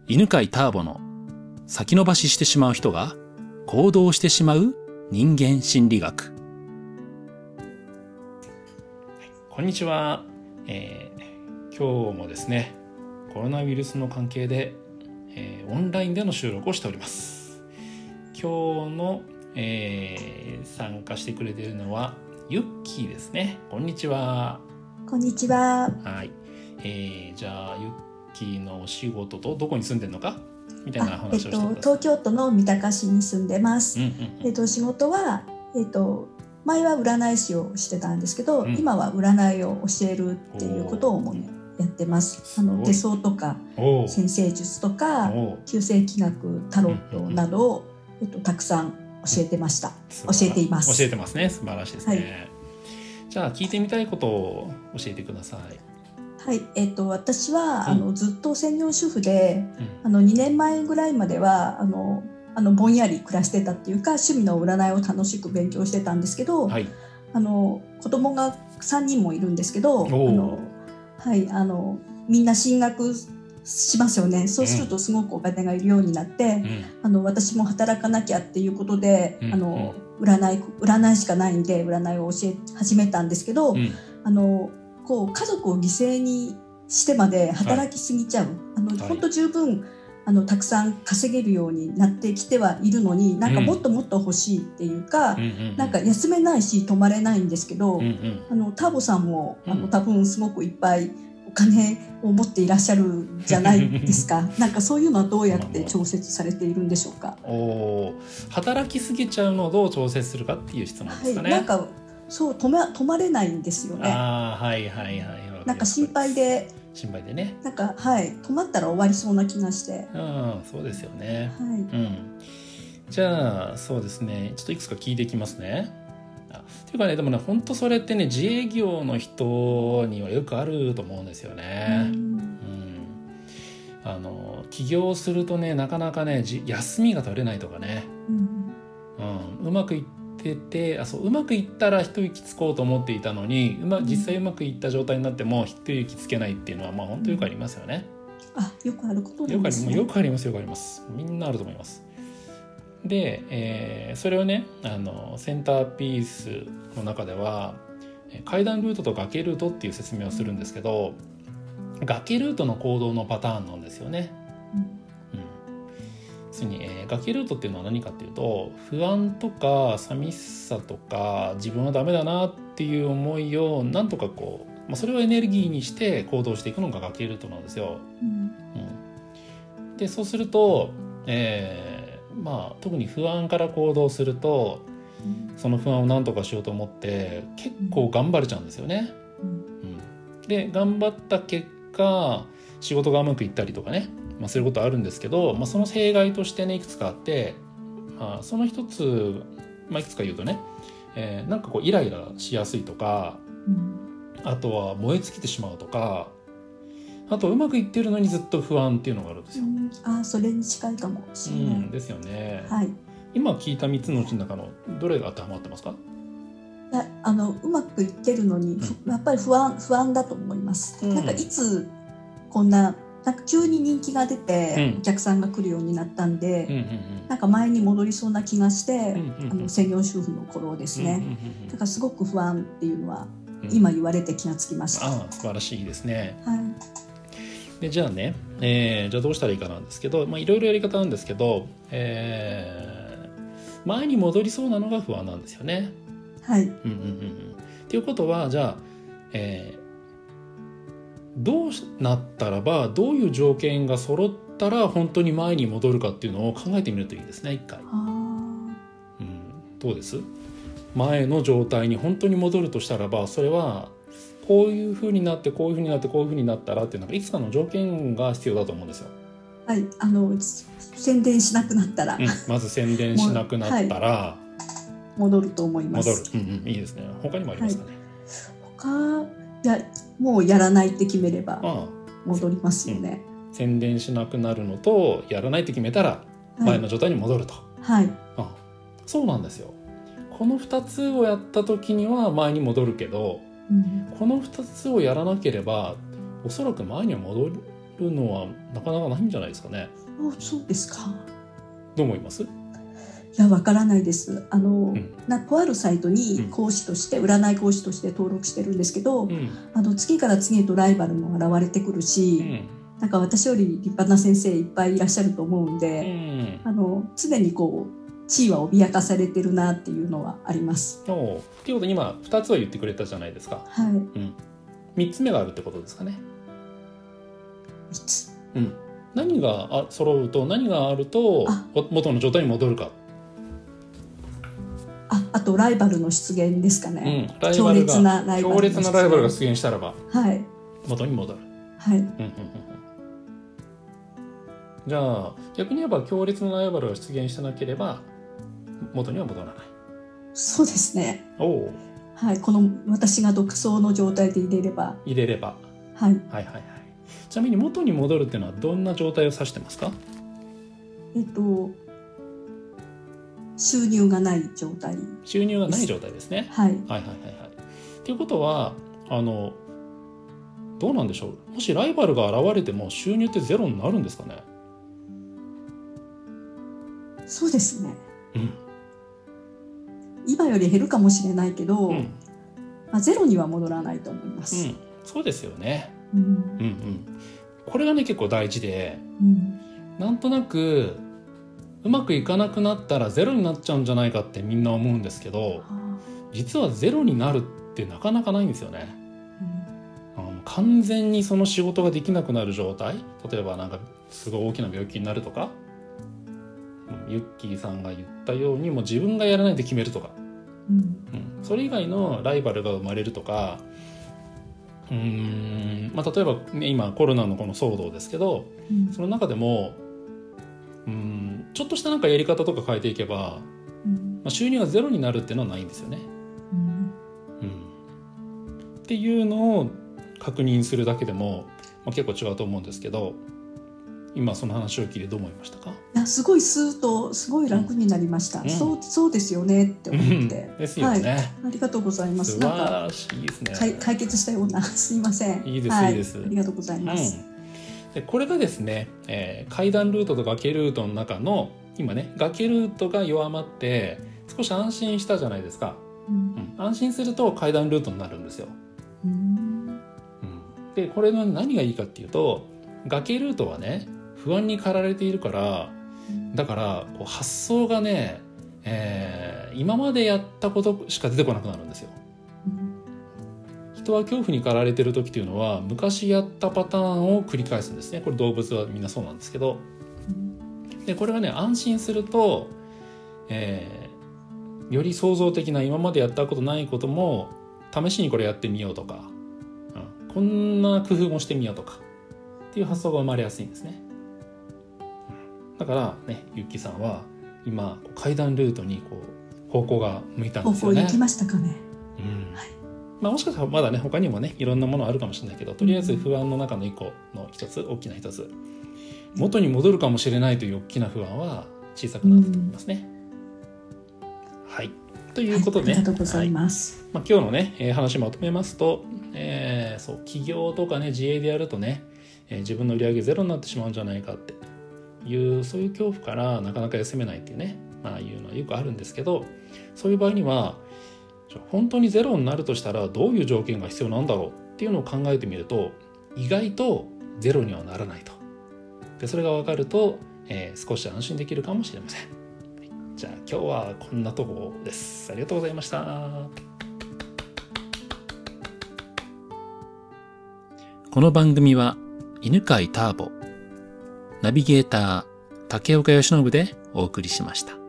犬飼ターボの先延ばししてしまう人が行動してしまう人間心理学。こんにちは、今日もですねコロナウイルスの関係で、オンラインでの収録をしております。今日の、参加してくれているのはユッキーですね。こんにちは。 こんにちは。 はい、じゃあユッキーのお仕事とどこに住んでるのかみたいな話をしてください。 東京都の三鷹市に住んでます。仕事は、前は占い師をしてたんですけど、今は占いを教えるっていうことを主にやってます。手相とか占星術とか九星気学、タロットなどを、たくさん教えてました。教えています。 教えてますね。素晴らしいですね。はい、じゃあ聞いてみたいことを教えてください。 はい、私はずっと専業主婦で、2年前ぐらいまではぼんやり暮らしてたっていうか、趣味の占いを楽しく勉強してたんですけど、はい、子供が3人もいるんですけど、みんな進学しますよね。そうするとすごくお金がいるようになって、私も働かなきゃっていうことで、占いしかないんで占いを教え始めたんですけど、家族を犠牲にしてまで働きすぎちゃう、本当十分たくさん稼げるようになってきてはいるのに、なんかもっともっと欲しいっていうか、なんか休めないし泊まれないんですけど、ターボさんも多分すごくいっぱいお金を持っていらっしゃるじゃないですか。なんかそういうのはどうやって調節されているんでしょうか。 働きすぎちゃうのをどう調節するかっていう質問ですかね。 なんかそう止まれないんですよね。なんか心配でね、なんか止まったら終わりそうな気がして。 そうですよね。じゃあそうですね、ちょっといくつか聞いていきますね。っていうかね、でもね、本当それってね、自営業の人にはよくあると思うんですよね。起業するとね、なかなかね休みが取れないとかね、うまくいってて、うまくいったら一息つこうと思っていたのに、実際うまくいった状態になっても一息つけないっていうのは、本当よくありますよね。 よくあることなんですね。 よくあります。みんなあると思います。で、それをね、センターピースの中では階段ルートと崖ルートっていう説明をするんですけど、崖ルートの行動のパターンなんですよね。次に、崖ルートっていうのは何かっていうと、不安とか寂しさとか自分はダメだなっていう思いをなんとかそれをエネルギーにして行動していくのが崖ルートなんですよ。でそうすると、特に不安から行動すると、その不安を何とかしようと思って結構頑張れちゃうんですよね。で頑張った結果仕事がうまくいったりとかね、そういうことあるんですけど、その弊害としてねいくつかあって、その一つ、いくつか言うとね、なんかイライラしやすいとか、あとは燃え尽きてしまうとか、あとうまくいってるのにずっと不安っていうのがあるんですよ。 それに近いかもしれない。 ですよね。 はい、 今聞いた3つのうちの中のどれが当てはまってますか？ うまくいってるのに、やっぱり不安だと思います。なんかいつこんななんか急に人気が出てお客さんが来るようになったんで、なんか前に戻りそうな気がして、専業主婦の頃ですね。だからすごく不安っていうのは今言われて気がつきました。 素晴らしいですね。 でじゃあね、じゃあどうしたらいいかなんですけど、いろいろやり方なんですけど、前に戻りそうなのが不安なんですよね。っていうことは、じゃあ、どうなったらば、どういう条件が揃ったら本当に前に戻るかっていうのを考えてみるといいですね、一回。どうです？前の状態に本当に戻るとしたらば、それはこういう風になってこういう風になってこういう風になったらっていうのがいくつかの条件が必要だと思うんですよ。 宣伝しなくなったら、 まず宣伝しなくなったら、 戻ると思います。 いいですね。他にもありますかね？ もうやらないって決めれば戻りますよね。 宣伝しなくなるのとやらないって決めたら前の状態に戻ると。そうなんですよ。この2つをやった時には前に戻るけど、この2つをやらなければおそらく前には戻るのはなかなかないんじゃないですかね。 そうですか。 どう思います？ いや、わからないです。とあるサイトに講師として、占い講師として登録してるんですけど、次から次へとライバルも現れてくるし、なんか私より立派な先生いっぱいいらっしゃると思うんで、常にこう地位は脅かされてるなっていうのはあります。 っていうことで今2つは言ってくれたじゃないですか。 はい。 3つ目があるってことですかね。 3つ。 何が揃うと、何があると元の状態に戻るか。 あとライバルの出現ですかね。 強烈なライバルが出現したらば、元に戻る。 はい。 じゃあ逆に言えば強烈なライバルが出現してなければ元には戻らない。 そうですね。はい、この私が独走の状態で入れれば。はい。 ちなみに元に戻るっていうのはどんな状態を指してますか？ 収入がない状態。 収入がない状態ですね。 はい。 っていうことはどうなんでしょう。もしライバルが現れても収入ってゼロになるんですかね？ そうですね。今より減るかもしれないけど、ゼロには戻らないと思います。 そうですよね。これがね結構大事で、なんとなくうまくいかなくなったらゼロになっちゃうんじゃないかってみんな思うんですけど、実はゼロになるってなかなかないんですよね。完全にその仕事ができなくなる状態、例えばなんかすごい大きな病気になるとか、ユッキーさんが言ったようにもう自分がやらないで決めるとか、それ以外のライバルが生まれるとか、例えば、ね、今コロナのこの騒動ですけど、その中でもちょっとしたなんかやり方とか変えていけば、収入がゼロになるっていうのはないんですよね。っていうのを確認するだけでも、結構違うと思うんですけど、今その話を聞いてどう思いましたか？ いや、すごいスーッとすごい楽になりました。そうですよねって思って、 ですよね。 ありがとうございます。 素晴らしいですね。 解決したような、すいません。 いいですいいです。 ありがとうございます。 でこれがですね、階段ルートと崖ルートの中の今ね、崖ルートが弱まって少し安心したじゃないですか。安心すると階段ルートになるんですよ。でこれの何がいいかっていうと、崖ルートはね不安に駆られているから、だからこう発想がね、今までやったことしか出てこなくなるんですよ。人は恐怖に駆られている時というのは昔やったパターンを繰り返すんですね。これ動物はみんなそうなんですけど、でこれがね安心すると、より創造的な今までやったことないことも試しにこれやってみようとか、こんな工夫もしてみようとかっていう発想が生まれやすいんですね。だからね、ゆっきさんは今階段ルートにこう方向が向いたんですよね。 方向行きましたかね。 もしかしたらまだね他にもねいろんなものあるかもしれないけど、とりあえず不安の中の一つ大きな一つ、元に戻るかもしれないという大きな不安は小さくなったと思いますね。はい、ということで、 ありがとうございます。 今日のね、話まとめますと、起業とかね自営でやるとね、自分の売り上げゼロになってしまうんじゃないかっていうそういう恐怖からなかなか休めないっていうね、いうのはよくあるんですけど、そういう場合には本当にゼロになるとしたらどういう条件が必要なんだろうっていうのを考えてみると、意外とゼロにはならないと。でそれが分かると、少し安心できるかもしれません。じゃあ今日はこんなとこです。ありがとうございました。この番組は犬飼ターボ、ナビゲーター竹岡由伸でお送りしました。